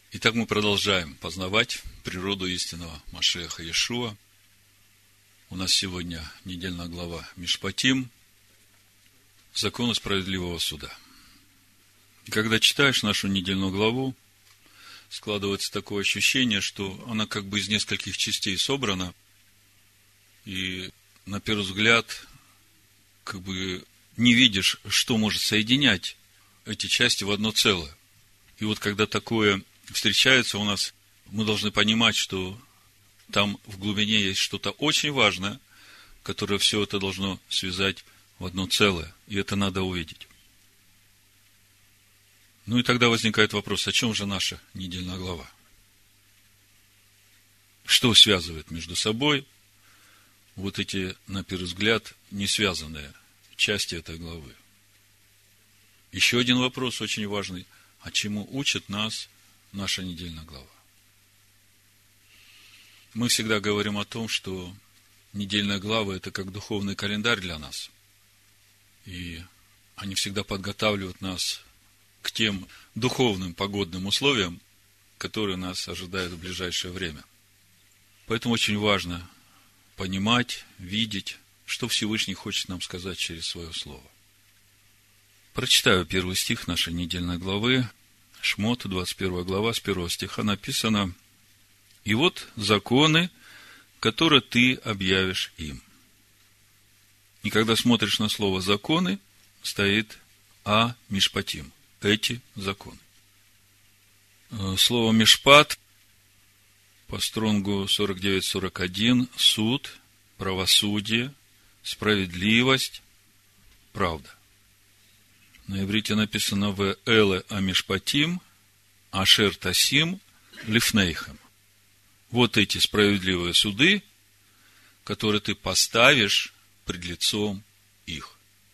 Итак, мы продолжаем познавать природу истинного Машиаха Иешуа. У нас сегодня недельная глава Мишпатим, законы справедливого суда. И когда читаешь нашу недельную главу, складывается такое ощущение, что она как бы из нескольких частей собрана, и на первый взгляд как бы не видишь, что может соединять эти части в одно целое. И вот когда такое встречается у нас, мы должны понимать, что там в глубине есть что-то очень важное, которое все это должно связать в одно целое. И это надо увидеть. Ну и тогда возникает вопрос, о чем же наша недельная глава? Что связывает между собой вот эти, на первый взгляд, не связанные части этой главы? Еще один вопрос очень важный. А чему учит нас наша недельная глава? Мы всегда говорим о том, что недельная глава – это как духовный календарь для нас. И они всегда подготавливают нас к тем духовным погодным условиям, которые нас ожидают в ближайшее время. Поэтому очень важно понимать, видеть, что Всевышний хочет нам сказать через свое слово. Прочитаю первый стих нашей недельной главы. Шмот, 21 глава, с 1 стиха написано: «И вот законы, которые ты объявишь им». И когда смотришь на слово «законы», стоит «мишпатим» – эти законы. Слово «мишпат» по Стронгу 49-41 – суд, правосудие, справедливость, правда. На иврите написано в эле амишпатим, ашер тасим лифнейхем. Вот эти справедливые суды, которые ты поставишь пред лицом их.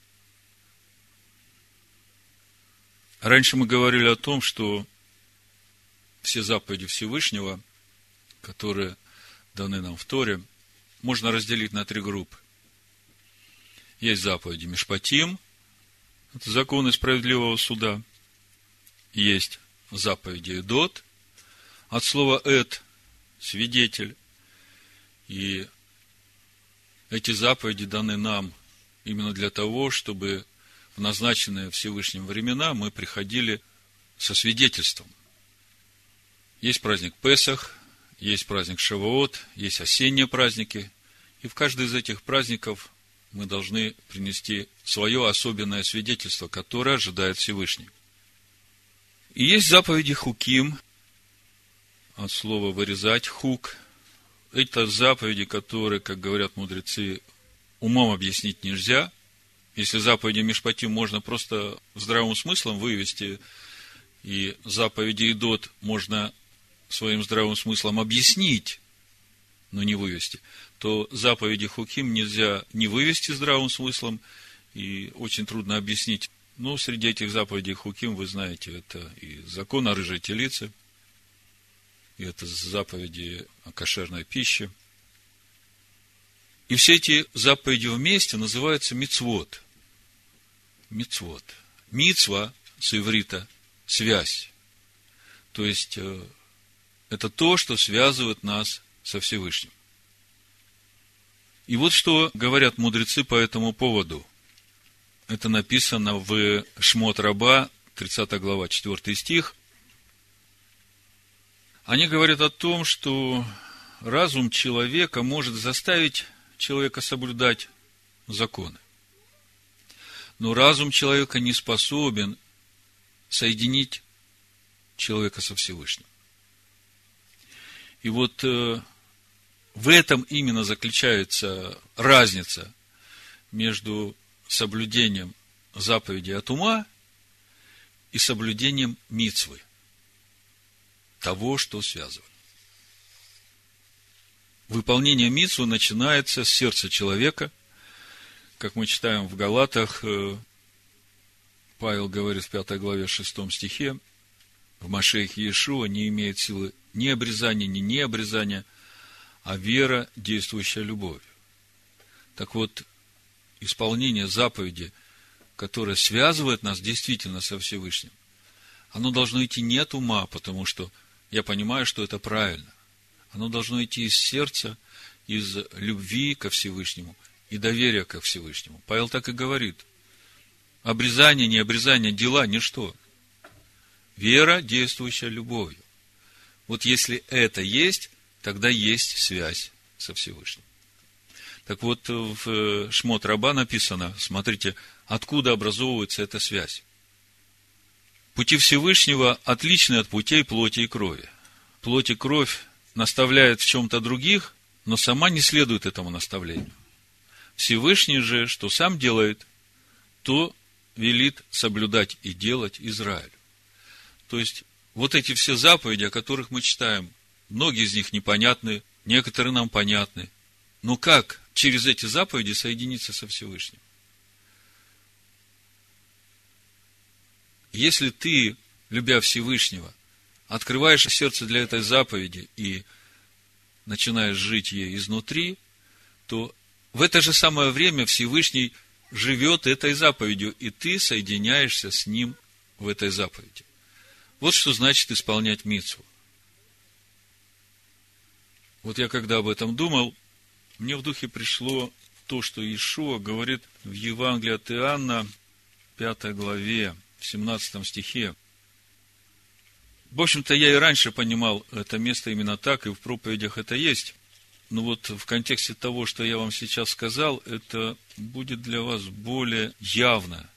Раньше мы говорили о том, что все заповеди Всевышнего, которые даны нам в Торе, можно разделить на три группы. Есть заповеди Мишпатим, это законы справедливого суда. Есть заповеди Эдот, от слова Эд – свидетель. И эти заповеди даны нам именно для того, чтобы в назначенные Всевышним времена мы приходили со свидетельством. Есть праздник Песах, есть праздник Шавуот, есть осенние праздники. И в каждый из этих праздников мы должны принести свое особенное свидетельство, которое ожидает Всевышний. И есть заповеди Хуким, от слова вырезать, хук. Это заповеди, которые, как говорят мудрецы, умом объяснить нельзя. Если заповеди Мишпатим можно просто здравым смыслом вывести, и заповеди Эдот можно своим здравым смыслом объяснить, но не вывести, то заповеди Хуким нельзя не вывести здравым смыслом, и очень трудно объяснить. Но среди этих заповедей Хуким, вы знаете, это и закон о рыжей телице, и это заповеди о кошерной пище. И все эти заповеди вместе называются мицвот. Мицвот. Мицва с иврита – связь. То есть, это то, что связывает нас со Всевышним. И вот что говорят мудрецы по этому поводу. Это написано в Шмот Раба, 30 глава, 4 стих. Они говорят о том, что разум человека может заставить человека соблюдать законы. Но разум человека не способен соединить человека со Всевышним. И вот в этом именно заключается разница между соблюдением заповедей от ума и соблюдением мицвы, того, что связывает. Выполнение мицвы начинается с сердца человека. Как мы читаем в Галатах, Павел говорит в 5 главе 6 стихе: в Машиахе Иешуа не имеет силы ни обрезания, ни необрезания, а вера, действующая любовью. Так вот, исполнение заповеди, которое связывает нас действительно со Всевышним, оно должно идти не от ума, потому что я понимаю, что это правильно. Оно должно идти из сердца, из любви ко Всевышнему и доверия ко Всевышнему. Павел так и говорит. Обрезание, не обрезание, дела – ничто. Вера, действующая любовью. Вот если это есть, тогда есть связь со Всевышним. Так вот, в Шмот Раба написано, смотрите, откуда образовывается эта связь. Пути Всевышнего отличны от путей плоти и крови. Плоть и кровь наставляет в чем-то других, но сама не следует этому наставлению. Всевышний же, что сам делает, то велит соблюдать и делать Израилю. То есть, вот эти все заповеди, о которых мы читаем, многие из них непонятны, некоторые нам понятны. Но как через эти заповеди соединиться со Всевышним? Если ты, любя Всевышнего, открываешь сердце для этой заповеди и начинаешь жить ей изнутри, то в это же самое время Всевышний живет этой заповедью, и ты соединяешься с ним в этой заповеди. Вот что значит исполнять мицву. Вот я когда об этом думал, мне в духе пришло то, что Иешуа говорит в Евангелии от Иоанна, 5 главе, в 17 стихе. В общем-то, я и раньше понимал это место именно так, и в проповедях это есть. Но вот в контексте того, что я вам сейчас сказал, это будет для вас более явно.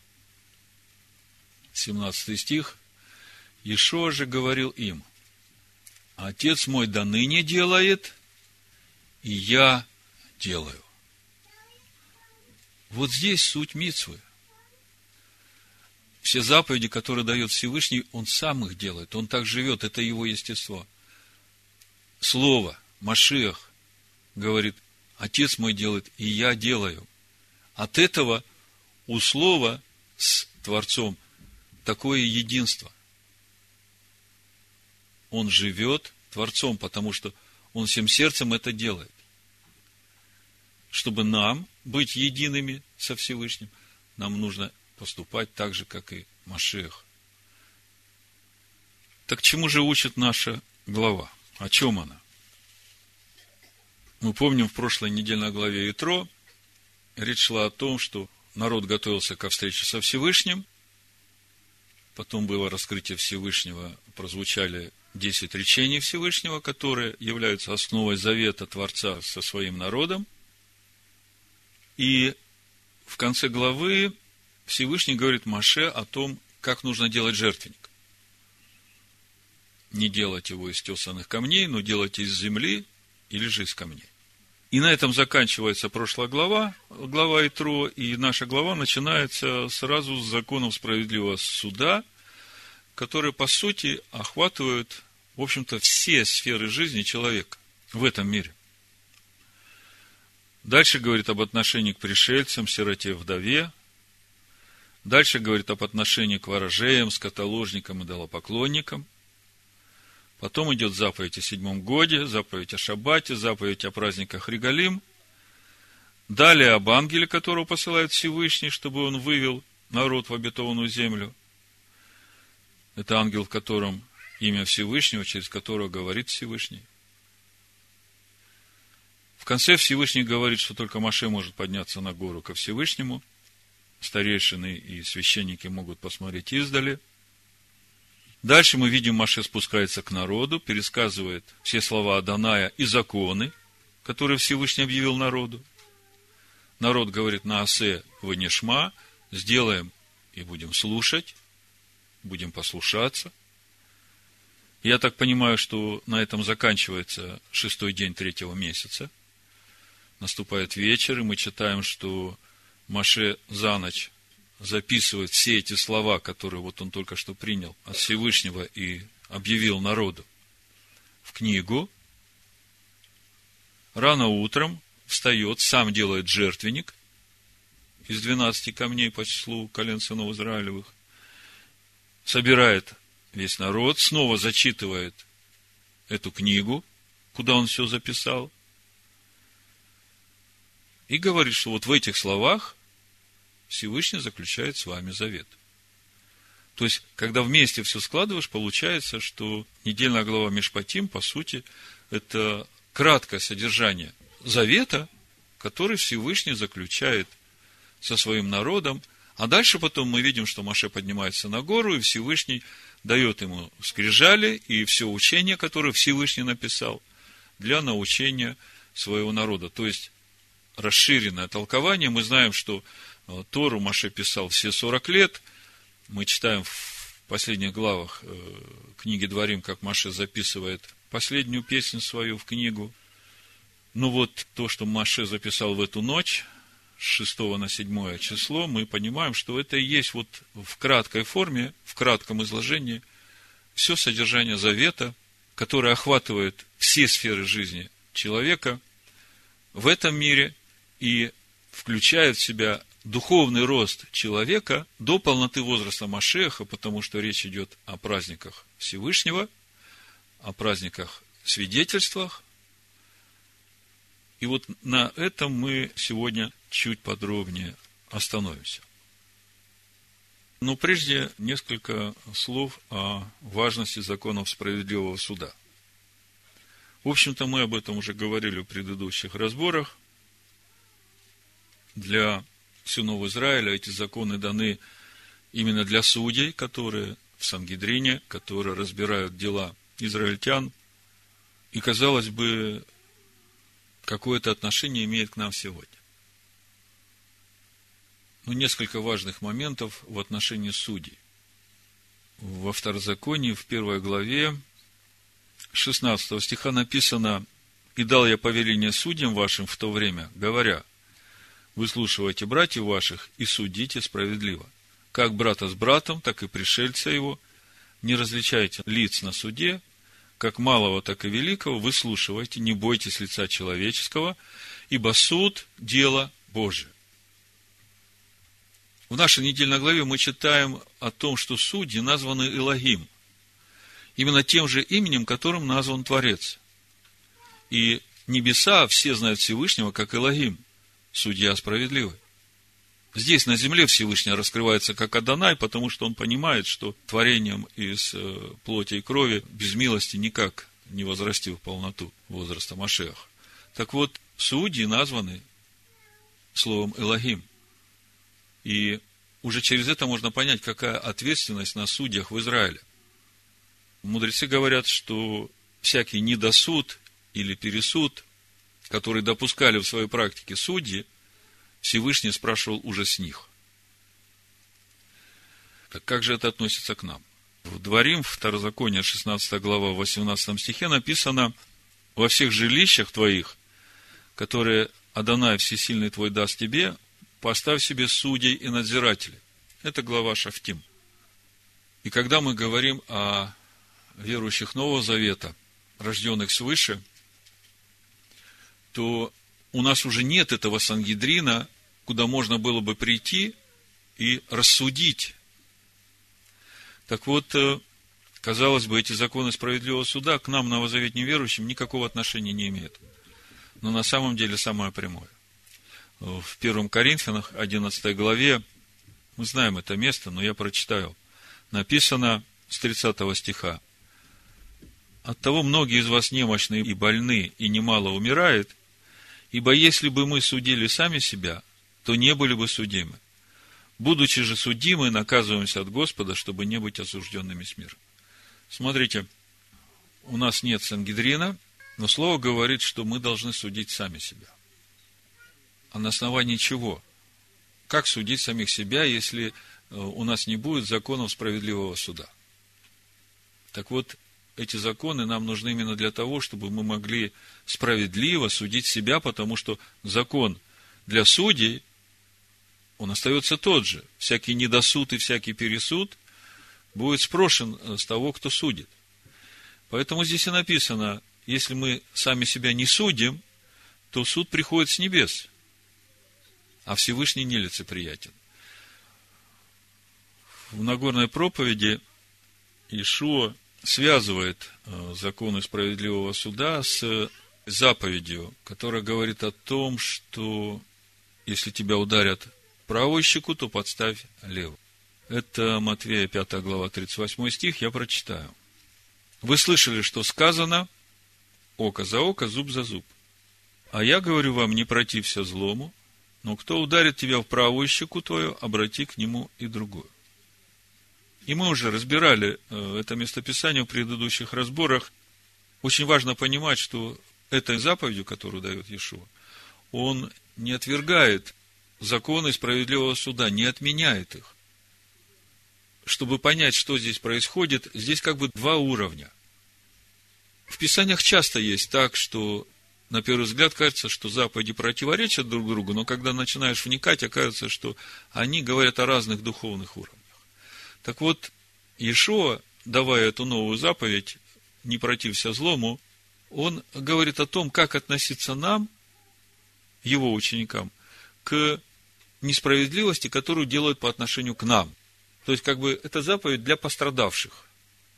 17 стих. Иешуа же говорил им: Отец мой доныне делает, и я делаю. Вот здесь суть мицвы. Все заповеди, которые дает Всевышний, Он сам их делает, Он так живет, это Его естество. Слово, Машиах, говорит: Отец мой делает, и я делаю. От этого у Слова с Творцом такое единство. Он живет Творцом, потому что Он всем сердцем это делает. Чтобы нам быть едиными со Всевышним, нам нужно поступать так же, как и Машиах. Так чему же учит наша глава? О чем она? Мы помним, в прошлой недельной главе Итро речь шла о том, что народ готовился ко встрече со Всевышним, потом было раскрытие Всевышнего, прозвучали 10 речений Всевышнего, которые являются основой завета Творца со своим народом. И в конце главы Всевышний говорит Моше о том, как нужно делать жертвенник. Не делать его из тесаных камней, но делать из земли или же из камней. И на этом заканчивается прошлая глава, глава Итро, и наша глава начинается сразу с законов справедливого суда, которые, по сути, охватывают, в общем-то, все сферы жизни человека в этом мире. Дальше говорит об отношении к пришельцам, сироте, вдове. Дальше говорит об отношении к ворожеям, скотоложникам и идолопоклонникам. Потом идет заповедь о 7 годе, заповедь о шаббате, заповедь о праздниках Регалим. Далее об ангеле, которого посылает Всевышний, чтобы он вывел народ в обетованную землю. Это ангел, в котором имя Всевышнего, через которого говорит Всевышний. В конце Всевышний говорит, что только Моше может подняться на гору ко Всевышнему. Старейшины и священники могут посмотреть издали. Дальше мы видим, Моше спускается к народу, пересказывает все слова Адоная и законы, которые Всевышний объявил народу. Народ говорит: Наасе венешма, сделаем и будем слушать, будем послушаться. Я так понимаю, что на этом заканчивается 6-й день 3-го месяца. Наступает вечер, и мы читаем, что Моше за ночь записывает все эти слова, которые вот он только что принял от Всевышнего и объявил народу, в книгу. Рано утром встает, сам делает жертвенник из 12 камней по числу колен сынов Израилевых, собирает весь народ, снова зачитывает эту книгу, куда он все записал, и говорит, что вот в этих словах Всевышний заключает с вами завет. То есть, когда вместе все складываешь, получается, что недельная глава Мишпатим, по сути, это краткое содержание завета, который Всевышний заключает со своим народом. А дальше потом мы видим, что Моше поднимается на гору, и Всевышний дает ему скрижали и все учение, которое Всевышний написал, для научения своего народа. То есть, расширенное толкование. Мы знаем, что Тору Моше писал все 40 лет. Мы читаем в последних главах книги Дворим, как Моше записывает последнюю песню свою в книгу. Ну вот, то, что Моше записал в эту ночь, с 6 на 7 число, мы понимаем, что это и есть вот в краткой форме, в кратком изложении все содержание завета, которое охватывает все сферы жизни человека в этом мире и включает в себя духовный рост человека до полноты возраста Машиаха, потому что речь идет о праздниках Всевышнего, о праздниках свидетельствах. И вот на этом мы сегодня чуть подробнее остановимся. Но прежде несколько слов о важности законов справедливого суда. В общем-то, мы об этом уже говорили в предыдущих разборах. Для сынов Израиля эти законы даны именно для судей, которые в Сангидрине, которые разбирают дела израильтян. И, казалось бы, какое-то отношение имеет к нам сегодня. Но несколько важных моментов в отношении судей. Во Второзаконии, в 1 главе, 16 стиха написано: «И дал я повеление судьям вашим в то время, говоря: выслушивайте братьев ваших и судите справедливо, как брата с братом, так и пришельца его, не различайте лиц на суде, как малого, так и великого, выслушивайте, не бойтесь лица человеческого, ибо суд – дело Божие». В нашей недельной главе мы читаем о том, что судьи названы Элохим, именно тем же именем, которым назван Творец. И небеса все знают Всевышнего как Элохим, судья справедливый. Здесь на земле Всевышний раскрывается как Адонай, потому что он понимает, что творением из плоти и крови без милости никак не возрасти в полноту возраста Машиаха. Так вот, судьи названы словом Элохим. И уже через это можно понять, какая ответственность на судьях в Израиле. Мудрецы говорят, что всякий недосуд или пересуд, который допускали в своей практике судьи, Всевышний спрашивал уже с них. Как же это относится к нам? В Дворим, в Второзаконие, 16 глава, в 18 стихе написано: «Во всех жилищах твоих, которые Адонай Всесильный твой даст тебе, поставь себе судей и надзирателей». Это глава Шафтим. И когда мы говорим о верующих Нового Завета, рожденных свыше, то у нас уже нет этого Сангидрина, куда можно было бы прийти и рассудить. Так вот, казалось бы, эти законы справедливого суда к нам, новозаветным верующим, никакого отношения не имеют. Но на самом деле самое прямое. В 1 Коринфянах, 11 главе, мы знаем это место, но я прочитаю. Написано с 30 стиха: «Оттого многие из вас немощны и больны, и немало умирает, ибо если бы мы судили сами себя, то не были бы судимы. Будучи же судимы, наказываемся от Господа, чтобы не быть осужденными с миром». Смотрите, у нас нет Сангидрина, но Слово говорит, что мы должны судить сами себя. А на основании чего? Как судить самих себя, если у нас не будет законов справедливого суда? Так вот, эти законы нам нужны именно для того, чтобы мы могли справедливо судить себя, потому что закон для судей, он остается тот же. Всякий недосуд и всякий пересуд будет спрошен с того, кто судит. Поэтому здесь и написано: если мы сами себя не судим, то суд приходит с небес, а Всевышний нелицеприятен. В Нагорной проповеди Иешуа связывает законы справедливого суда с заповедью, которая говорит о том, что если тебя ударят правую щеку, то подставь левую. Это Матвея 5 глава, 38 стих, я прочитаю. Вы слышали, что сказано: око за око, зуб за зуб. А я говорю вам, не протився злому, но кто ударит тебя в правую щеку твою, обрати к нему и другую. И мы уже разбирали это местописание в предыдущих разборах. Очень важно понимать, что этой заповедью, которую дает Иешуа, он не отвергает законы справедливого суда, не отменяет их. Чтобы понять, что здесь происходит, здесь как бы два уровня. В Писаниях часто есть так, что на первый взгляд кажется, что заповеди противоречат друг другу, но когда начинаешь вникать, оказывается, что они говорят о разных духовных уровнях. Так вот, Иешуа, давая эту новую заповедь, не протився злому, он говорит о том, как относиться нам, его ученикам, к несправедливости, которую делают по отношению к нам. То есть, как бы, это заповедь для пострадавших.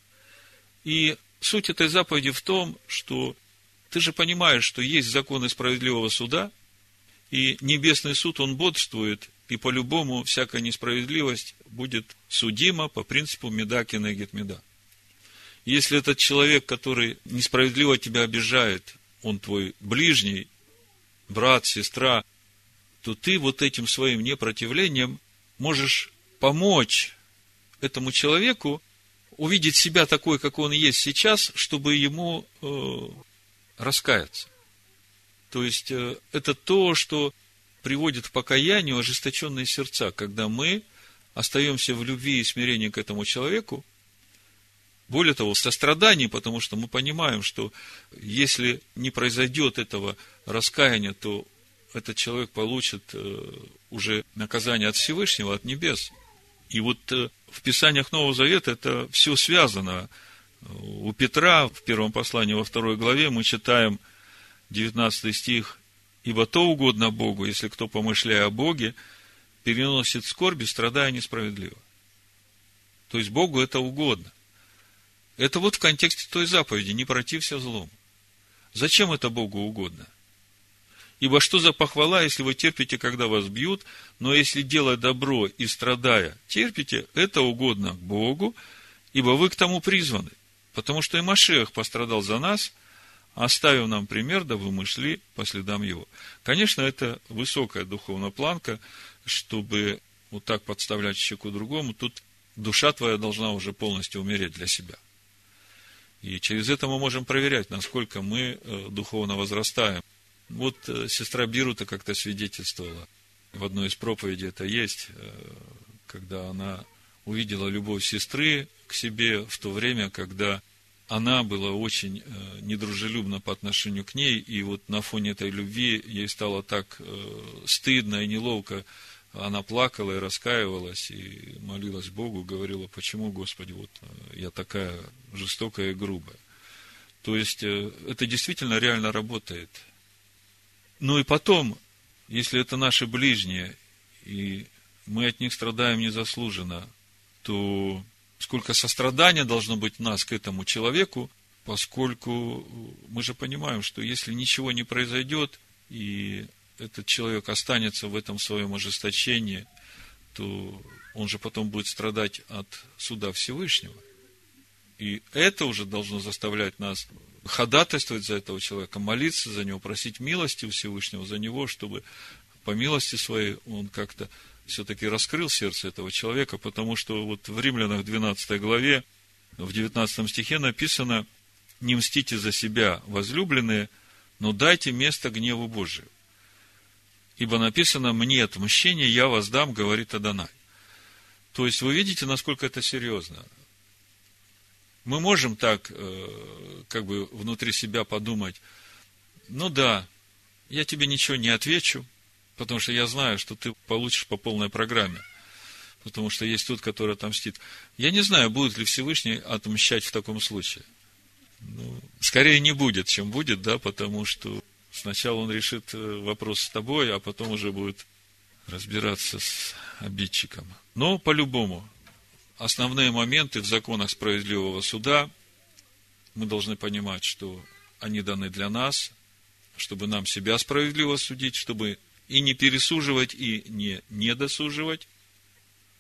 И суть этой заповеди в том, что ты же понимаешь, что есть законы справедливого суда, и небесный суд, он бодрствует, и по-любому всякая несправедливость будет судима по принципу меда кенегет меда. Если этот человек, который несправедливо тебя обижает, он твой ближний, брат, сестра, то ты вот этим своим непротивлением можешь помочь этому человеку увидеть себя такой, как он есть сейчас, чтобы ему раскаяться. То есть, это то, что приводит к покаянию ожесточенные сердца, когда мы остаемся в любви и смирении к этому человеку. Более того, в сострадании, потому что мы понимаем, что если не произойдет этого раскаяния, то этот человек получит уже наказание от Всевышнего, от небес. И вот в Писаниях Нового Завета это все связано. У Петра в первом послании во 2 главе мы читаем 19 стих: «Ибо то угодно Богу, если кто, помышляя о Боге, переносит скорби, страдая несправедливо». То есть, Богу это угодно. Это вот в контексте той заповеди: не протився злому. Зачем это Богу угодно? Ибо что за похвала, если вы терпите, когда вас бьют, но если, делая добро и страдая, терпите, это угодно Богу, ибо вы к тому призваны. Потому что и Машиах пострадал за нас, оставив нам пример, дабы мы шли по следам его. Конечно, это высокая духовная планка, чтобы вот так подставлять щеку другому. Тут душа твоя должна уже полностью умереть для себя. И через это мы можем проверять, насколько мы духовно возрастаем. Вот сестра Бирута как-то свидетельствовала. В одной из проповедей это есть, когда она увидела любовь сестры к себе в то время, когда она была очень недружелюбна по отношению к ней, и вот на фоне этой любви ей стало так стыдно и неловко. Она плакала и раскаивалась, и молилась Богу, говорила: почему, Господи, вот я такая жестокая и грубая. То есть, это действительно реально работает. Ну и потом, если это наши ближние, и мы от них страдаем незаслуженно, то сколько сострадания должно быть в нас к этому человеку, поскольку мы же понимаем, что если ничего не произойдет, и этот человек останется в этом своем ожесточении, то он же потом будет страдать от суда Всевышнего. И это уже должно заставлять нас ходатайствовать за этого человека, молиться за него, просить милости у Всевышнего за него, чтобы по милости своей он как-то все-таки раскрыл сердце этого человека, потому что вот в Римлянах 12 главе, в 19 стихе написано: «Не мстите за себя, возлюбленные, но дайте место гневу Божию. Ибо написано: мне отмщение, я воздам, говорит Адонай». То есть, вы видите, насколько это серьезно. Мы можем так, как бы внутри себя подумать: ну да, я тебе ничего не отвечу, потому что я знаю, что ты получишь по полной программе. Потому что есть тот, который отомстит. Я не знаю, будет ли Всевышний отмщать в таком случае. Ну, скорее не будет, чем будет, да, потому что сначала он решит вопрос с тобой, а потом уже будет разбираться с обидчиком. Но по-любому, основные моменты в законах справедливого суда мы должны понимать, что они даны для нас, чтобы нам себя справедливо судить, чтобы и не пересуживать, и не недосуживать.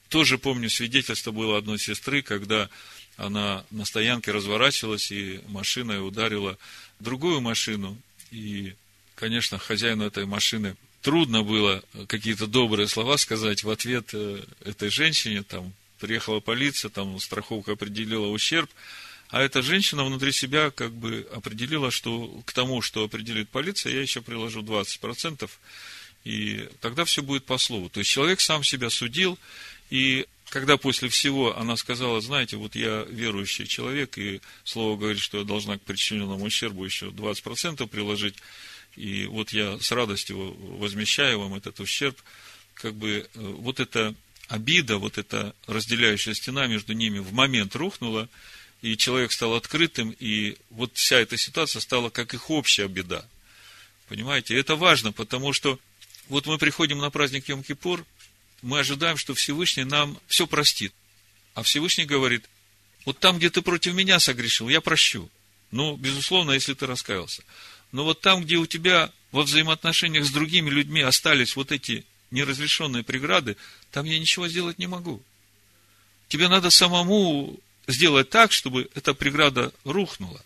Тоже помню, свидетельство было одной сестры, когда она на стоянке разворачивалась, и машина ударила другую машину. И, конечно, хозяину этой машины трудно было какие-то добрые слова сказать в ответ этой женщине. Там приехала полиция, там страховка определила ущерб. А эта женщина внутри себя как бы определила, что к тому, что определит полиция, я еще приложу 20%, и тогда все будет по слову. То есть человек сам себя судил, и когда после всего она сказала, знаете, вот я верующий человек, и слово говорит, что я должна к причиненному ущербу еще 20% приложить, и вот я с радостью возмещаю вам этот ущерб, как бы вот эта обида, вот эта разделяющая стена между ними в момент рухнула, и человек стал открытым, и вот вся эта ситуация стала как их общая беда. Понимаете? Это важно, потому что вот мы приходим на праздник Йом-Кипур, мы ожидаем, что Всевышний нам все простит. А Всевышний говорит, вот там, где ты против меня согрешил, я прощу. Ну, безусловно, если ты раскаялся. Но вот там, где у тебя во взаимоотношениях с другими людьми остались вот эти неразрешенные преграды, там я ничего сделать не могу. Тебе надо самому сделать так, чтобы эта преграда рухнула.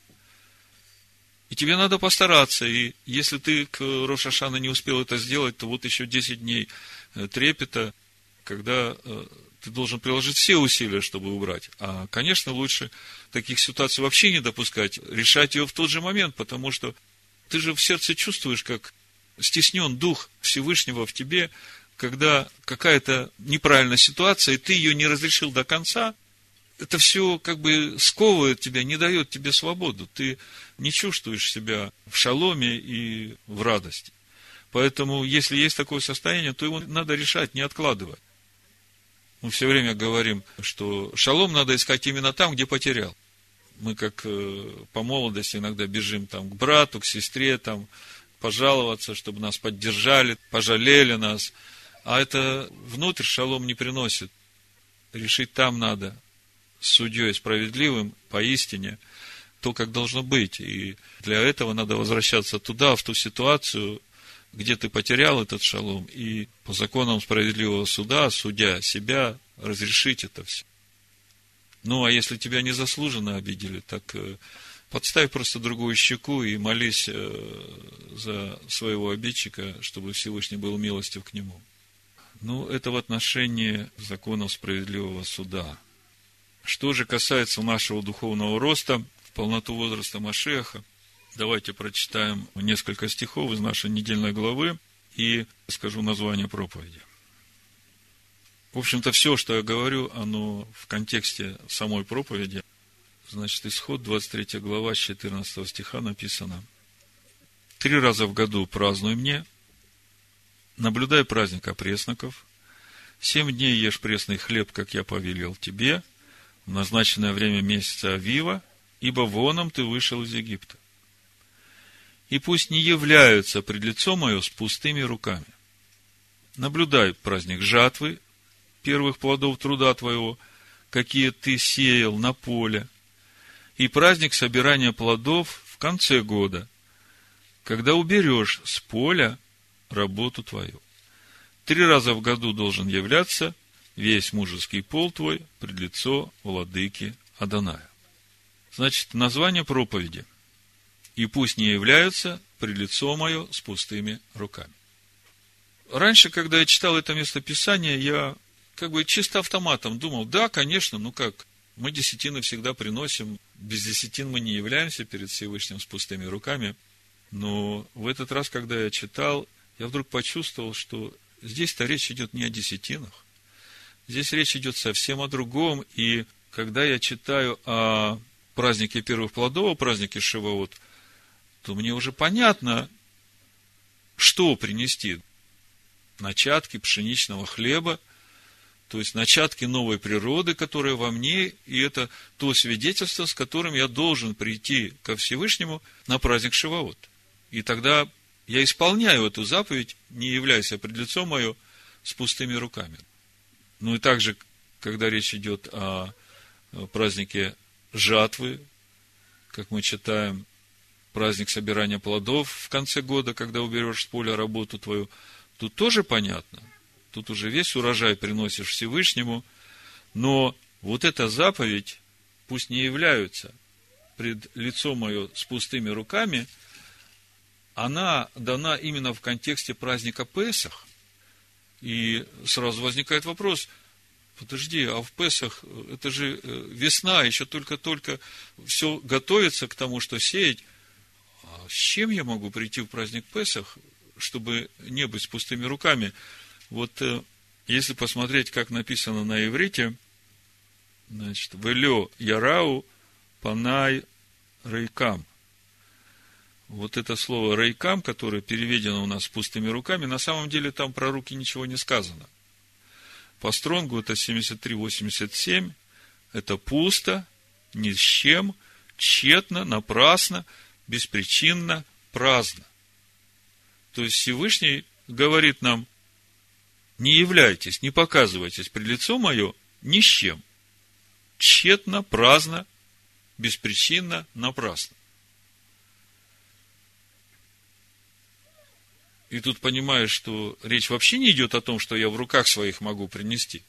И тебе надо постараться. И если ты к Рош ха-Шана не успел это сделать, то вот еще 10 дней трепета, когда ты должен приложить все усилия, чтобы убрать. А, конечно, лучше таких ситуаций вообще не допускать, решать ее в тот же момент, потому что ты же в сердце чувствуешь, как стеснен Дух Всевышнего в тебе, когда какая-то неправильная ситуация, и ты ее не разрешил до конца, это все как бы сковывает тебя, не дает тебе свободу. Ты не чувствуешь себя в шаломе и в радости. Поэтому, если есть такое состояние, то его надо решать, не откладывать. Мы все время говорим, что шалом надо искать именно там, где потерял. Мы как по молодости иногда бежим там к брату, к сестре, там пожаловаться, чтобы нас поддержали, пожалели нас. А это внутрь шалом не приносит. Решить там надо, с судьей справедливым, поистине, то, как должно быть. И для этого надо возвращаться туда, в ту ситуацию, где ты потерял этот шалом, и по законам справедливого суда, судя себя, разрешить это все. Ну, а если тебя незаслуженно обидели, так подставь просто другую щеку и молись за своего обидчика, чтобы Всевышний был милостив к нему. Ну, это в отношении законов справедливого суда. Что же касается нашего духовного роста, в полноту возраста Машиаха, давайте прочитаем несколько стихов из нашей недельной главы и скажу название проповеди. В общем-то, все, что я говорю, оно в контексте самой проповеди. Значит, Исход, 23 глава, с 14 стиха написано: 3 раза в году празднуй мне, наблюдай праздник опресноков, 7 дней ешь пресный хлеб, как я повелел тебе, в назначенное время месяца Авива, ибо воном ты вышел из Египта. И пусть не являются пред лицо мое с пустыми руками. Наблюдай праздник жатвы, первых плодов труда твоего, какие ты сеял на поле, и праздник собирания плодов в конце года, когда уберешь с поля работу твою. 3 раза в году должен являться весь мужеский пол твой пред лицо владыки Адоная. Значит, название проповеди: и пусть не являются пред лицо мое с пустыми руками. Раньше, когда я читал это местописание, я как бы чисто автоматом думал, да, конечно, ну как, мы десятины всегда приносим, без десятин мы не являемся перед Всевышним с пустыми руками. Но в этот раз, когда я читал, я вдруг почувствовал, что здесь-то речь идет не о десятинах. Здесь речь идет совсем о другом. И когда я читаю о празднике первых плодов, о празднике Шиваот, то мне уже понятно, что принести. Начатки пшеничного хлеба, то есть начатки новой природы, которая во мне, и это то свидетельство, с которым я должен прийти ко Всевышнему на праздник Шиваот. И тогда я исполняю эту заповедь, не являясь пред лицом мое с пустыми руками. Ну и также, когда речь идет о празднике жатвы, как мы читаем, праздник собирания плодов в конце года, когда уберешь с поля работу твою, тут тоже понятно. Тут уже весь урожай приносишь Всевышнему, но вот эта заповедь, пусть не являются пред лицо мое с пустыми руками, она дана именно в контексте праздника Песах. И сразу возникает вопрос: подожди, а в Песах это же весна, еще только-только все готовится к тому, что сеять. А с чем я могу прийти в праздник Песах, чтобы не быть с пустыми руками? Вот если посмотреть, как написано на иврите, значит, «Велё ярау панай рейкам». Вот это слово «рейкам», которое переведено у нас «пустыми руками», на самом деле там про руки ничего не сказано. По Стронгу это 73-87, это пусто, ни с чем, тщетно, напрасно, беспричинно, праздно. То есть Всевышний говорит нам: не являйтесь, не показывайтесь пред лицо мое ни с чем. Тщетно, праздно, беспричинно, напрасно. И тут понимаешь, что речь вообще не идет о том, что я в руках своих могу принести.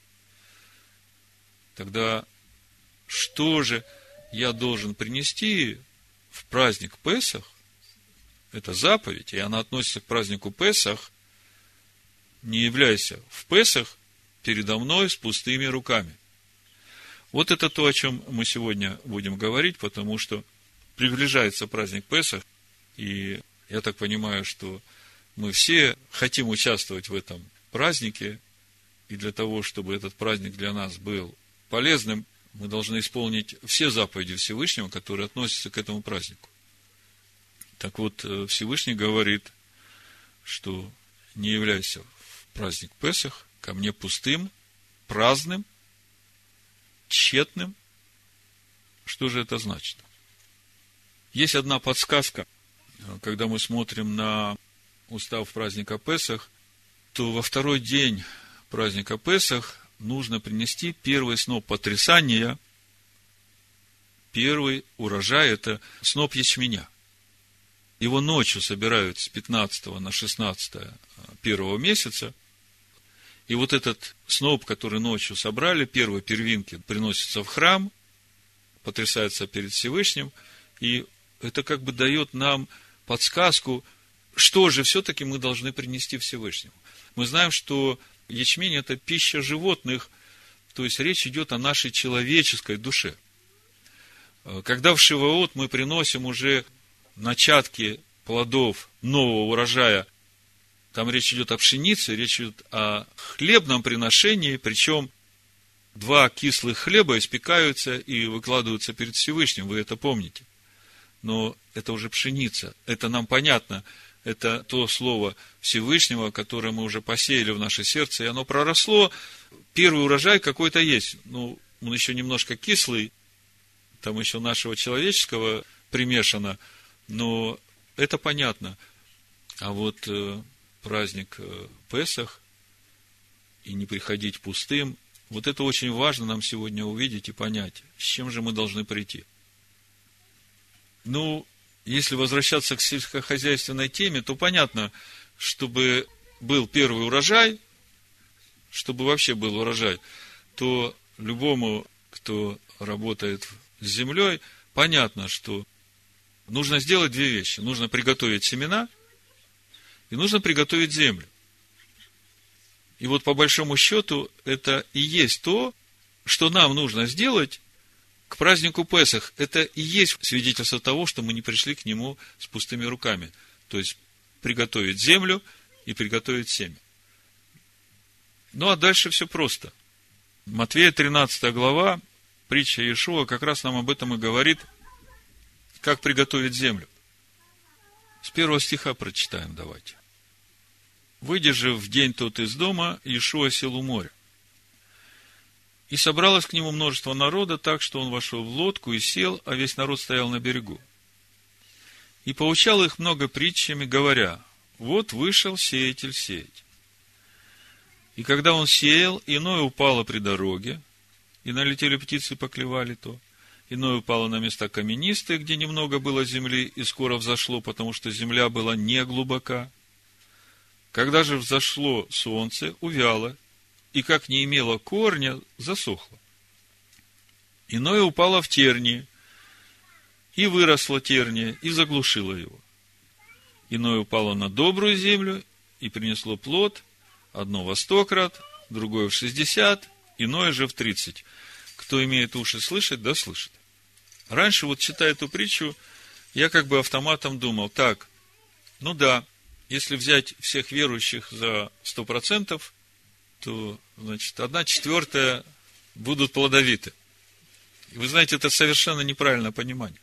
Тогда что же я должен принести в праздник Песах? Это заповедь, и она относится к празднику Песах. Не являйся в Песах передо мной с пустыми руками. Вот это то, о чем мы сегодня будем говорить, потому что приближается праздник Песах, и я так понимаю, что мы все хотим участвовать в этом празднике, и для того, чтобы этот праздник для нас был полезным, мы должны исполнить все заповеди Всевышнего, которые относятся к этому празднику. Так вот, Всевышний говорит, что не являйся в праздник Песах ко мне пустым, праздным, тщетным. Что же это значит? Есть одна подсказка, когда мы смотрим на устав праздника Песах, то во второй день праздника Песах нужно принести первый сноп потрясания, первый урожай, это сноп ячменя. Его ночью собирают с 15 на 16 первого месяца, и вот этот сноп, который ночью собрали, первые первинки приносятся в храм, потрясается перед Всевышним, и это как бы дает нам подсказку, что же все-таки мы должны принести Всевышнему. Мы знаем, что ячмень – это пища животных, то есть речь идет о нашей человеческой душе. Когда в Шиваот мы приносим уже начатки плодов нового урожая, там речь идет о пшенице, речь идет о хлебном приношении, причем 2 кислых хлеба испекаются и выкладываются перед Всевышним, вы это помните. Но это уже пшеница, это нам понятно, это то слово Всевышнего, которое мы уже посеяли в наше сердце, и оно проросло. Первый урожай какой-то есть, он еще немножко кислый, там еще нашего человеческого примешано, но это понятно. А вот праздник Песах и не приходить пустым, вот это очень важно нам сегодня увидеть и понять, с чем же мы должны прийти. Если возвращаться к сельскохозяйственной теме, то понятно, чтобы был первый урожай, чтобы вообще был урожай, то любому, кто работает с землей, понятно, что нужно сделать 2 вещи. Нужно приготовить семена и нужно приготовить землю. И вот по большому счету это и есть то, что нам нужно сделать к празднику Песах. Это и есть свидетельство того, что мы не пришли к нему с пустыми руками. То есть приготовить землю и приготовить семя. А дальше все просто. Матфея 13 глава, притча Иешуа, как раз нам об этом и говорит, как приготовить землю. С 1 стиха прочитаем, давайте. «Выйдя же в день тот из дома, Иешуа сел у моря. И собралось к нему множество народа, так что он вошел в лодку и сел, а весь народ стоял на берегу. И поучал их много притчами, говоря: вот вышел сеятель сеять. И когда он сеял, иное упало при дороге, и налетели птицы и поклевали то. Иное упало на места каменистые, где немного было земли, и скоро взошло, потому что земля была не глубока. Когда же взошло солнце, увяло, и как не имело корня, засохло. Иное упало в тернии, и выросла терния, и заглушила его. Иное упало на добрую землю, и принесло плод, одно во 100 крат, другое в 60, иное же в 30. Кто имеет уши слышать, да слышит. Раньше, вот читая эту притчу, я как бы автоматом думал, так, ну да, если взять всех верующих за 100%, то, значит, 1/4 будут плодовиты. И вы знаете, это совершенно неправильное понимание.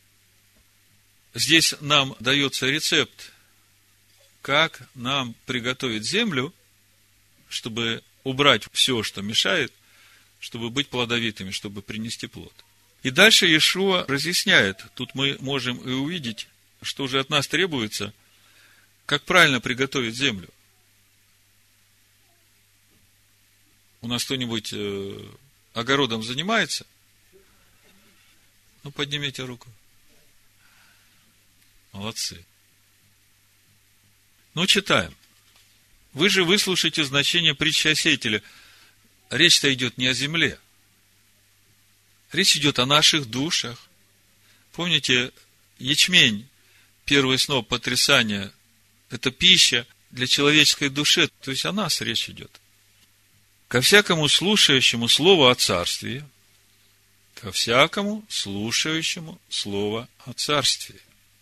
Здесь нам дается рецепт, как нам приготовить землю, чтобы убрать все, что мешает, чтобы быть плодовитыми, чтобы принести плод. И дальше Иешуа разъясняет, тут мы можем и увидеть, что же от нас требуется, как правильно приготовить землю. У нас кто-нибудь огородом занимается? Ну, поднимите руку. Молодцы. Ну, читаем. Вы же выслушайте значение притчи о сеятеле. Речь-то идет не о земле. Речь идет о наших душах. Помните, ячмень, первый сноп потрясания, это пища для человеческой души. То есть о нас речь идет. Ко всякому слушающему слово о царстве, ко всякому слушающему слово о царстве.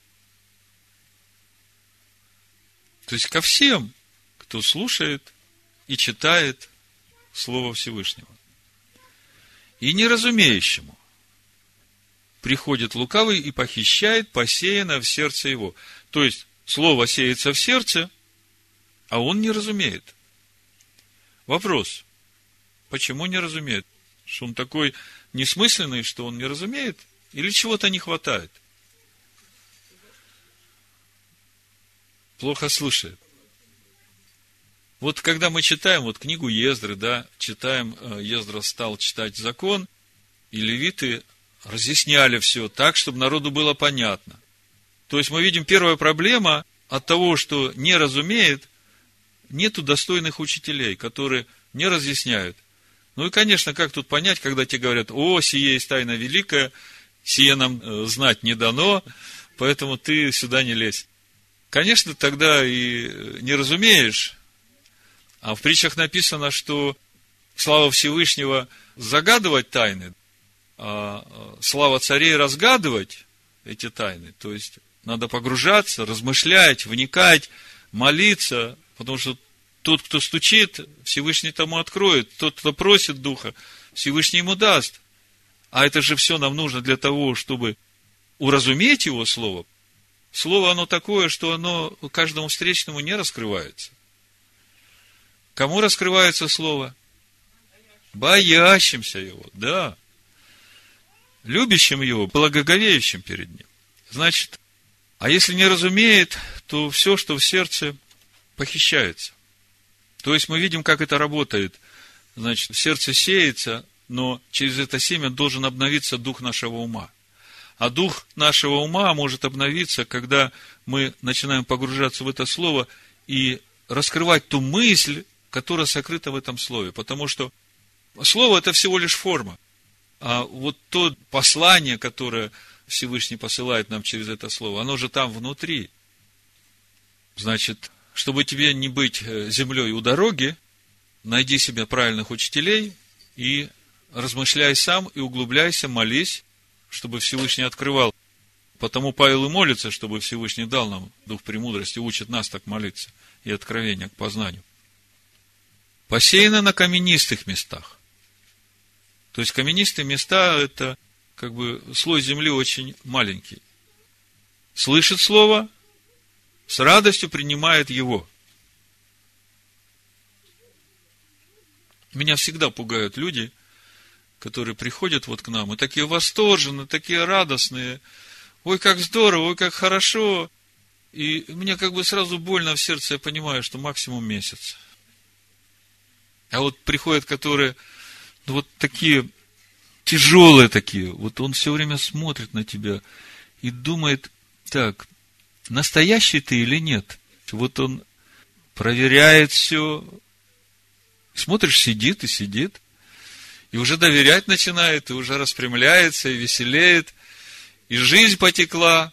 То есть ко всем, кто слушает и читает Слово Всевышнего. И неразумеющему приходит лукавый и похищает посеянное в сердце его. То есть, слово сеется в сердце, а он не разумеет. Вопрос, почему не разумеет? Что он такой несмысленный, что он не разумеет? Или чего-то не хватает? Плохо слушает. Вот когда мы читаем вот книгу Ездры, да, читаем, Ездра стал читать закон, и левиты разъясняли все так, чтобы народу было понятно. То есть мы видим, первая проблема от того, что не разумеет, нету достойных учителей, которые не разъясняют. Ну и, конечно, как тут понять, когда тебе говорят, о, сие есть тайна великая, сие нам знать не дано, поэтому ты сюда не лезь. Конечно, тогда и не разумеешь. А в притчах написано, что слава Всевышнего загадывать тайны, а слава царей разгадывать эти тайны. То есть, надо погружаться, размышлять, вникать, молиться, потому что тот, кто стучит, Всевышний тому откроет. Тот, кто просит Духа, Всевышний ему даст. А это же все нам нужно для того, чтобы уразуметь Его Слово. Слово, оно такое, что оно каждому встречному не раскрывается. Кому раскрывается Слово? Боящимся Его, да. Любящим Его, благоговеющим перед Ним. Значит, а если не разумеет, то все, что в сердце, похищается. То есть мы видим, как это работает. Значит, в сердце сеется, но через это семя должен обновиться дух нашего ума. А дух нашего ума может обновиться, когда мы начинаем погружаться в это слово и раскрывать ту мысль, которая сокрыта в этом слове. Потому что слово – это всего лишь форма. А вот то послание, которое Всевышний посылает нам через это слово, оно же там внутри. Значит, чтобы тебе не быть землей у дороги, найди себе правильных учителей и размышляй сам, и углубляйся, молись, чтобы Всевышний открывал. Потому Павел и молится, чтобы Всевышний дал нам дух премудрости, учит нас так молиться и откровения к познанию. Посеяно на каменистых местах. То есть, каменистые места – это как бы слой земли очень маленький. Слышит слово, с радостью принимает его. Меня всегда пугают люди, которые приходят вот к нам, и такие восторженные, такие радостные. Ой, как здорово, ой, как хорошо. И мне как бы сразу больно в сердце, я понимаю, что максимум месяц. А вот приходят, которые, ну, вот такие, тяжелые такие, вот он все время смотрит на тебя и думает, так, настоящий ты или нет? Вот он проверяет все. Смотришь, сидит и сидит. И уже доверять начинает, и уже распрямляется, и веселеет. И жизнь потекла.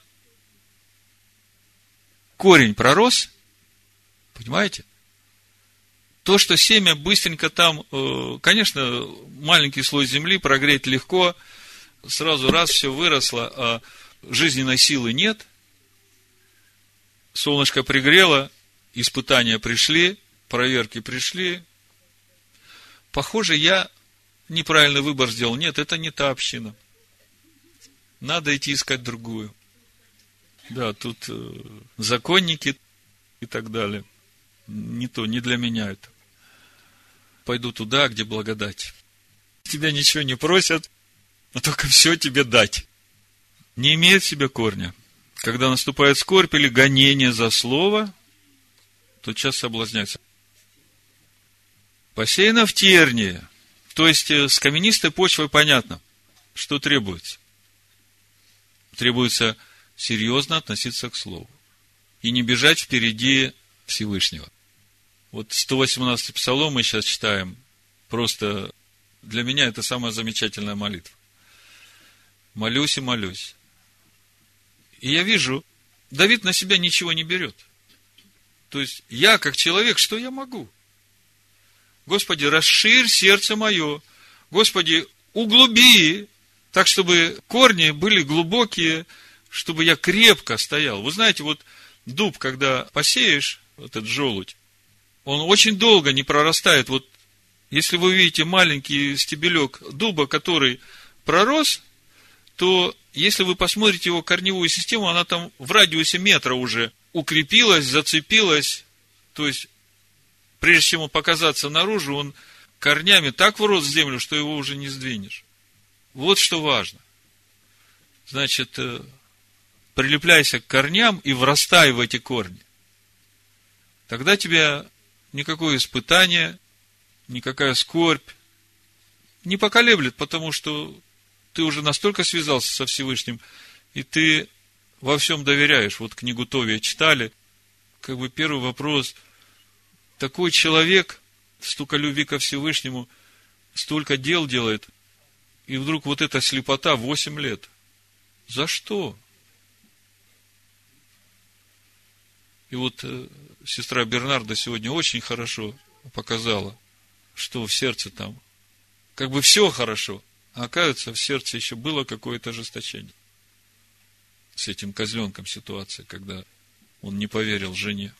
Корень пророс. Понимаете? То, что семя быстренько там, конечно, маленький слой земли прогреть легко, сразу раз все выросло, а жизненной силы нет. Солнышко пригрело, испытания пришли, проверки пришли. Похоже, я неправильный выбор сделал. Нет, это не та община. Надо идти искать другую. Да, тут законники и так далее. Не то, не для меня это. Пойду туда, где благодать. Тебя ничего не просят, а только все тебе дать. Не имеет в себе корня. Когда наступает скорбь или гонение за слово, тотчас соблазняется. Посеяно в тернии, то есть с каменистой почвой понятно, что требуется. Требуется серьезно относиться к слову и не бежать впереди Всевышнего. Вот 118-й псалом мы сейчас читаем. Просто для меня это самая замечательная молитва. Молюсь и молюсь. И я вижу, Давид на себя ничего не берет. То есть, я как человек, что я могу? Господи, расширь сердце мое. Господи, углуби, так, чтобы корни были глубокие, чтобы я крепко стоял. Вы знаете, вот дуб, когда посеешь, этот желудь, он очень долго не прорастает. Вот если вы видите маленький стебелек дуба, который пророс, то если вы посмотрите его корневую систему, она там в радиусе метра уже укрепилась, зацепилась. То есть, прежде чем он показаться наружу, он корнями так врос в землю, что его уже не сдвинешь. Вот что важно. Значит, прилепляйся к корням и врастай в эти корни. Тогда тебя никакое испытание, никакая скорбь не поколеблет, потому что ты уже настолько связался со Всевышним, и ты во всем доверяешь. Вот книгу Товия читали, как бы первый вопрос. Такой человек, столько любви ко Всевышнему, столько дел делает, и вдруг вот эта слепота 8 лет. За что? И вот сестра Бернарда сегодня очень хорошо показала, что в сердце там, как бы все хорошо, а оказывается, в сердце еще было какое-то ожесточение. С этим козленком ситуация, когда он не поверил жене.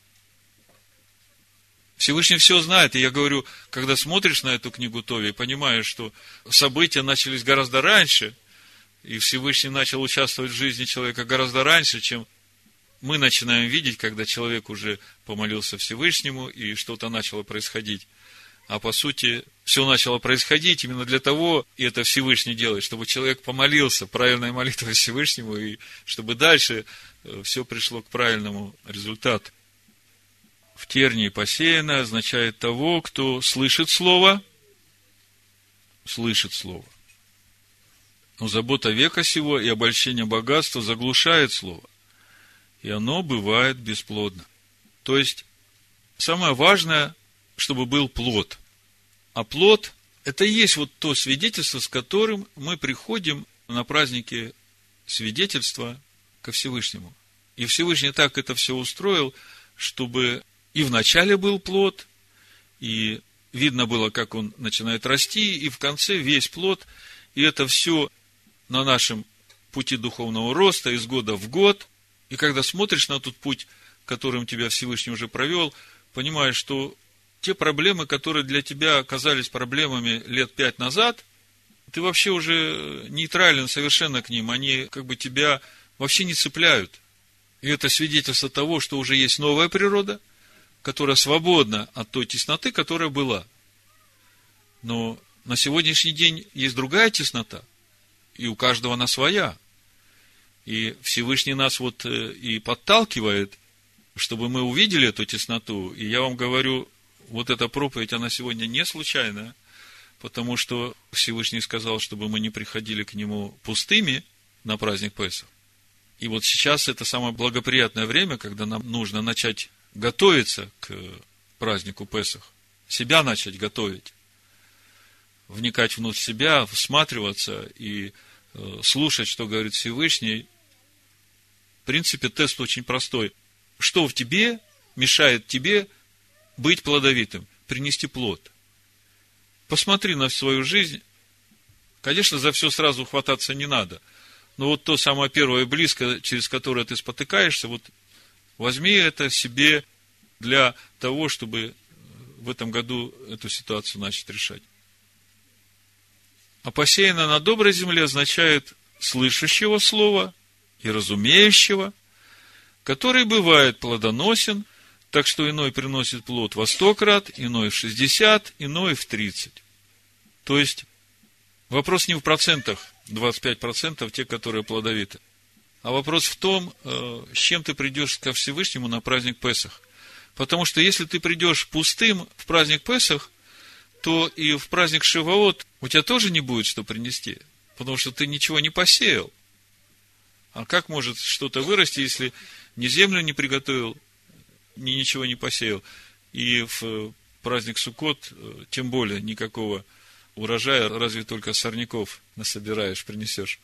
Всевышний все знает, и я говорю, когда смотришь на эту книгу Тови, понимаешь, что события начались гораздо раньше, и Всевышний начал участвовать в жизни человека гораздо раньше, чем мы начинаем видеть, когда человек уже помолился Всевышнему, и что-то начало происходить. А по сути, все начало происходить именно для того, и это Всевышний делает, чтобы человек помолился правильной молитвой Всевышнему, и чтобы дальше все пришло к правильному результату. В тернии посеяно означает того, кто слышит слово. Но забота века сего и обольщение богатства заглушает слово, и оно бывает бесплодно. То есть, самое важное, чтобы был плод. А плод – это и есть вот то свидетельство, с которым мы приходим на праздники свидетельства ко Всевышнему. И Всевышний так это все устроил, чтобы и в начале был плод, и видно было, как он начинает расти, и в конце весь плод, и это все на нашем пути духовного роста из года в год. И когда смотришь на тот путь, которым тебя Всевышний уже провел, понимаешь, что те проблемы, которые для тебя оказались проблемами лет 5 назад, ты вообще уже нейтрален совершенно к ним, они как бы тебя вообще не цепляют. И это свидетельство того, что уже есть новая природа, которая свободна от той тесноты, которая была. Но на сегодняшний день есть другая теснота, и у каждого она своя. И Всевышний нас вот и подталкивает, чтобы мы увидели эту тесноту. И я вам говорю, вот эта проповедь, она сегодня не случайная, потому что Всевышний сказал, чтобы мы не приходили к Нему пустыми на праздник Песах. И вот сейчас это самое благоприятное время, когда нам нужно начать готовиться к празднику Песах, себя начать готовить, вникать внутрь себя, всматриваться и слушать, что говорит Всевышний. В принципе, тест очень простой. Что в тебе мешает тебе быть плодовитым, принести плод? Посмотри на свою жизнь. Конечно, за все сразу хвататься не надо. Но вот то самое первое близко, через которое ты спотыкаешься, вот возьми это себе для того, чтобы в этом году эту ситуацию начать решать. А посеяно на доброй земле означает слышащего слова и разумеющего, который бывает плодоносен, так что иной приносит плод во 100 крат, иной в 60, иной в 30. То есть, вопрос не в процентах, 25% те, которые плодовиты, а вопрос в том, с чем ты придешь ко Всевышнему на праздник Песах. Потому что если ты придешь пустым в праздник Песах, то и в праздник Шиваот у тебя тоже не будет что принести, потому что ты ничего не посеял. А как может что-то вырасти, если ни землю не приготовил, ни ничего не посеял? И в праздник Суккот тем более никакого урожая, разве только сорняков насобираешь, принесешь.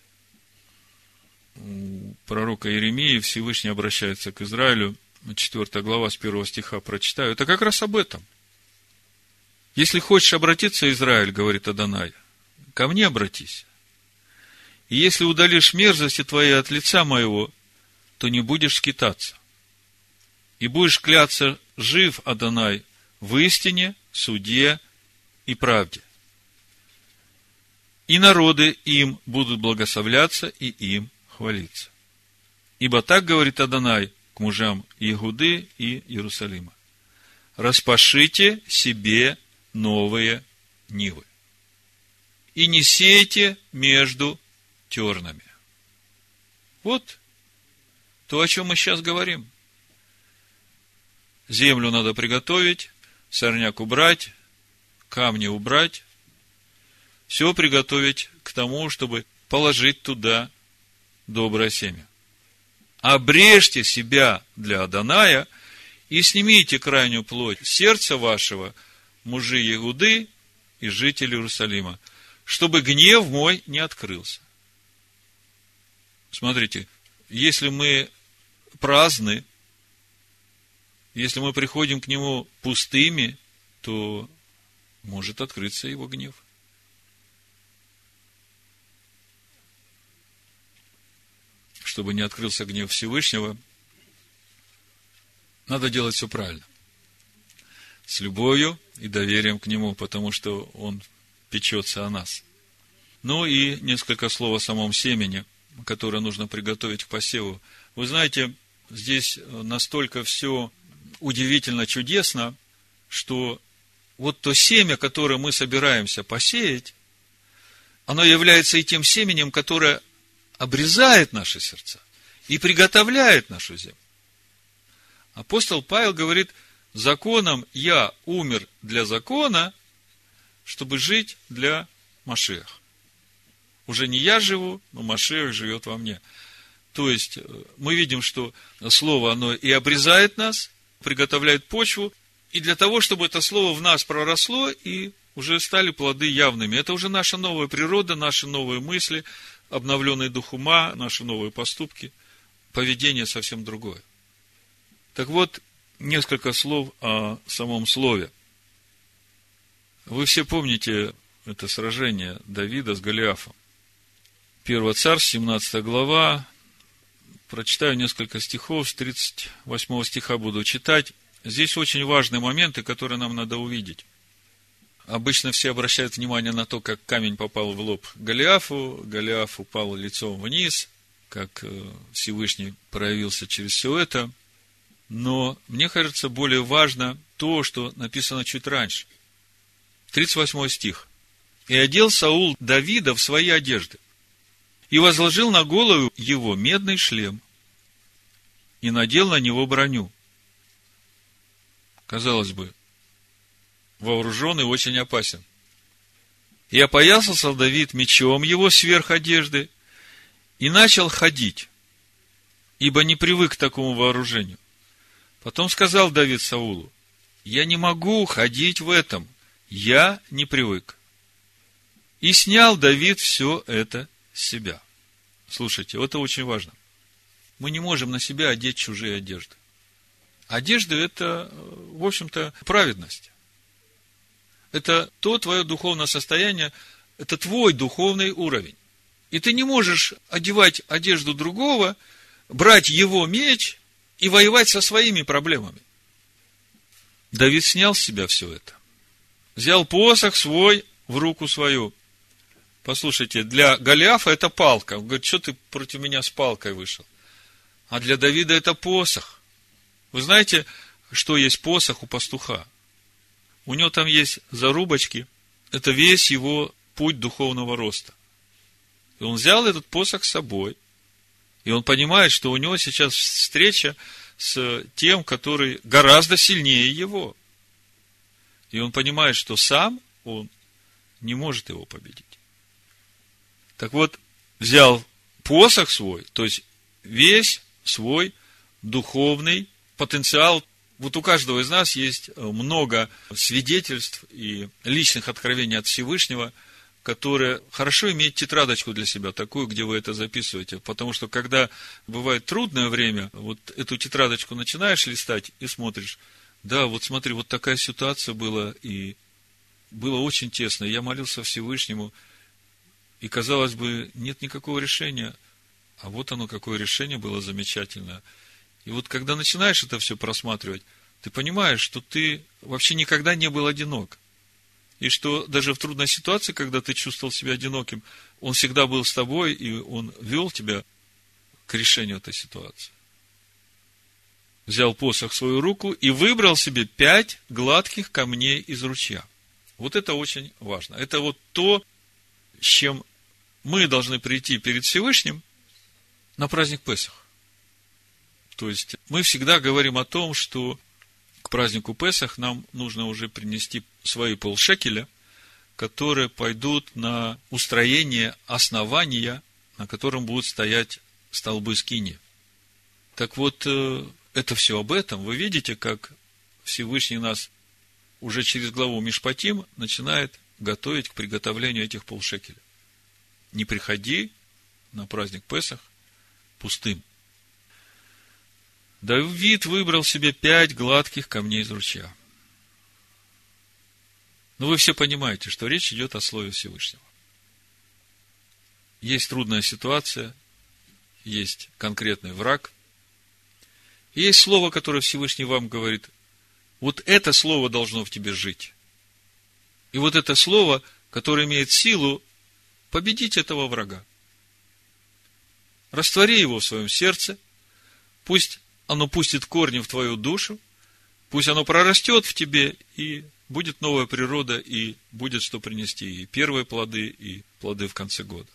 У пророка Иеремии Всевышний обращается к Израилю, 4 глава с 1 стиха прочитаю. Это как раз об этом. Если хочешь обратиться, Израиль, говорит Адонай, ко мне обратись. И если удалишь мерзости твои от лица моего, то не будешь скитаться. И будешь кляться жив, Адонай, в истине, суде и правде. И народы им будут благословляться, и им хвалиться. Ибо так говорит Адонай к мужам Иуды и Иерусалима: распашите себе новые нивы и не сейте между тернами. Вот то, о чем мы сейчас говорим. Землю надо приготовить, сорняк убрать, камни убрать, все приготовить к тому, чтобы положить туда доброе семя. Обрежьте себя для Адоная и снимите крайнюю плоть сердца вашего, мужи Иуды и жители Иерусалима, чтобы гнев мой не открылся. Смотрите, если мы праздны, если мы приходим к нему пустыми, то может открыться его гнев. Чтобы не открылся гнев Всевышнего, надо делать все правильно. С любовью и доверием к Нему, потому что Он печется о нас. Ну и несколько слов о самом семени, которое нужно приготовить к посеву. Вы знаете, здесь настолько все удивительно чудесно, что вот то семя, которое мы собираемся посеять, оно является и тем семенем, которое обрезает наши сердца и приготовляет нашу землю. Апостол Павел говорит: законом я умер для закона, чтобы жить для Машиаха. Уже не я живу, но Машиах живет во мне. То есть, мы видим, что Слово, оно и обрезает нас, приготовляет почву, и для того, чтобы это Слово в нас проросло, и уже стали плоды явными. Это уже наша новая природа, наши новые мысли, обновленный дух ума, наши новые поступки, поведение совсем другое. Так вот, несколько слов о самом слове. Вы все помните это сражение Давида с Голиафом. 1 Царств, 17 глава. Прочитаю несколько стихов, с 38 стиха буду читать. Здесь очень важные моменты, которые нам надо увидеть. Обычно все обращают внимание на то, как камень попал в лоб Голиафу. Голиаф упал лицом вниз, как Всевышний проявился через все это. Но мне кажется, более важно то, что написано чуть раньше. 38 стих. «И одел Саул Давида в свои одежды, и возложил на голову его медный шлем, и надел на него броню». Казалось бы, вооруженный очень опасен. «И опоясался Давид мечом его сверх одежды, и начал ходить, ибо не привык к такому вооружению, Потом сказал Давид Саулу: я не могу ходить в этом, я не привык. И снял Давид все это с себя. Слушайте, это очень важно. Мы не можем на себя одеть чужие одежды. Одежда – это, в общем-то, праведность. Это то твое духовное состояние, это твой духовный уровень. И ты не можешь одевать одежду другого, брать его меч и воевать со своими проблемами. Давид снял с себя все это. Взял посох свой в руку свою. Послушайте, для Голиафа это палка. Он говорит: что ты против меня с палкой вышел? А для Давида это посох. Вы знаете, что есть посох у пастуха? У него там есть зарубочки. Это весь его путь духовного роста. И он взял этот посох с собой. И он понимает, что у него сейчас встреча с тем, который гораздо сильнее его. И он понимает, что сам он не может его победить. Так вот, взял посох свой, то есть весь свой духовный потенциал. Вот у каждого из нас есть много свидетельств и личных откровений от Всевышнего, которые хорошо иметь тетрадочку для себя, такую, где вы это записываете. Потому что, когда бывает трудное время, вот эту тетрадочку начинаешь листать и смотришь: да, вот смотри, вот такая ситуация была, и было очень тесно. Я молился Всевышнему, и, казалось бы, нет никакого решения. А вот оно, какое решение было замечательное. И вот, когда начинаешь это все просматривать, ты понимаешь, что ты вообще никогда не был одинок. И что даже в трудной ситуации, когда ты чувствовал себя одиноким, Он всегда был с тобой, и Он вел тебя к решению этой ситуации. Взял посох в свою руку и выбрал себе 5 гладких камней из ручья. Вот это очень важно. Это вот то, с чем мы должны прийти перед Всевышним на праздник Песах. То есть, мы всегда говорим о том, что к празднику Песах нам нужно уже принести свои полшекеля, которые пойдут на устроение основания, на котором будут стоять столбы скинии. Так вот, это все об этом. Вы видите, как Всевышний нас уже через главу Мишпатим начинает готовить к приготовлению этих полшекеля. Не приходи на праздник Песах пустым. Давид выбрал себе 5 гладких камней из ручья. Но вы все понимаете, что речь идет о слове Всевышнего. Есть трудная ситуация, есть конкретный враг, и есть слово, которое Всевышний вам говорит: вот это слово должно в тебе жить. И вот это слово, которое имеет силу победить этого врага. Раствори его в своем сердце, пусть оно пустит корни в твою душу, пусть оно прорастет в тебе, и будет новая природа, и будет что принести, и первые плоды, и плоды в конце года.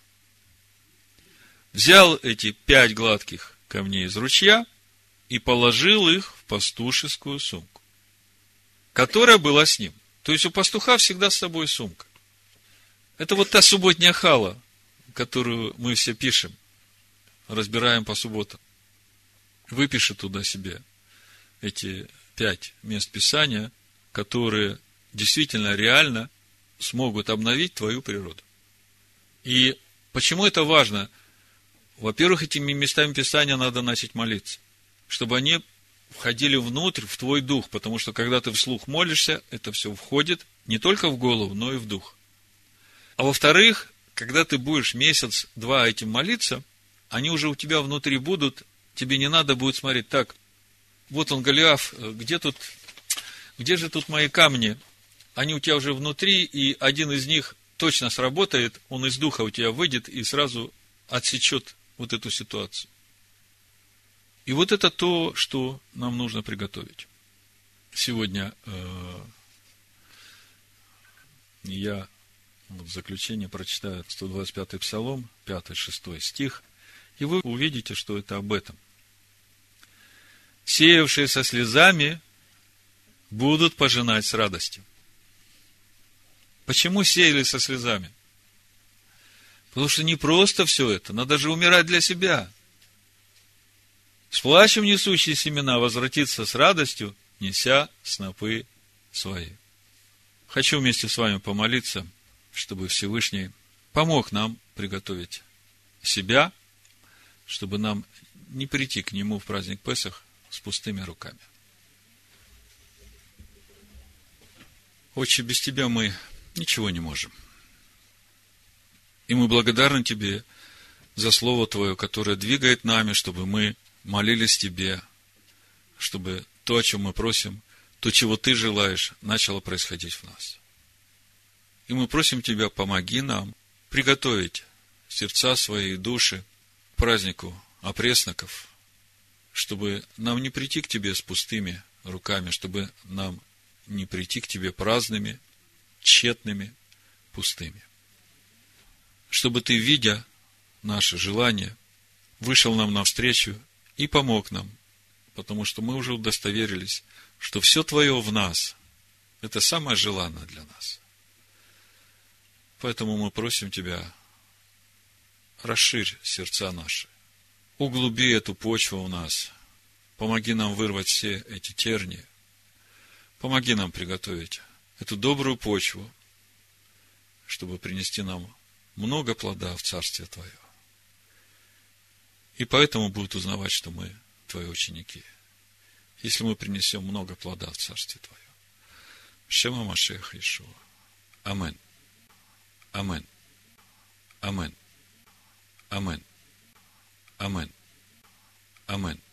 Взял эти 5 гладких камней из ручья и положил их в пастушескую сумку, которая была с ним. То есть, у пастуха всегда с собой сумка. Это вот та субботняя хала, которую мы все пишем, разбираем по субботам. Выпиши туда себе эти 5 мест Писания, которые действительно, реально смогут обновить твою природу. И почему это важно? Во-первых, этими местами Писания надо начать молиться, чтобы они входили внутрь, в твой дух, потому что, когда ты вслух молишься, это все входит не только в голову, но и в дух. А во-вторых, когда ты будешь месяц-два этим молиться, они уже у тебя внутри будут, тебе не надо будет смотреть: так, вот он, Голиаф, где же тут мои камни? Они у тебя уже внутри, и один из них точно сработает, он из духа у тебя выйдет и сразу отсечет вот эту ситуацию. И вот это то, что нам нужно приготовить. Сегодня я в заключение прочитаю 125-й Псалом, 5-6 стих, и вы увидите, что это об этом. Сеявшие со слезами будут пожинать с радостью. Почему сеяли со слезами? Потому что не просто все это, надо же умирать для себя. С плачем несущий семена возвратится с радостью, неся снопы свои. Хочу вместе с вами помолиться, чтобы Всевышний помог нам приготовить себя, чтобы нам не прийти к Нему в праздник Песах с пустыми руками. Отче, без Тебя мы ничего не можем. И мы благодарны Тебе за Слово Твое, которое двигает нами, чтобы мы молились Тебе, чтобы то, о чем мы просим, то, чего Ты желаешь, начало происходить в нас. И мы просим Тебя, помоги нам приготовить сердца свои и души к празднику опресноков, чтобы нам не прийти к Тебе с пустыми руками, чтобы нам не прийти к Тебе праздными, тщетными, пустыми. Чтобы Ты, видя наши желания, вышел нам навстречу и помог нам, потому что мы уже удостоверились, что все Твое в нас – это самое желанное для нас. Поэтому мы просим Тебя, расширь сердца наши, углуби эту почву в нас, помоги нам вырвать все эти тернии, помоги нам приготовить эту добрую почву, чтобы принести нам много плода в Царствие Твое. И поэтому будут узнавать, что мы Твои ученики, если мы принесем много плода в Царствие Твое. Шема Машеха Иешуа. Амин. Амин. Амин. Амин. Амин. Амин.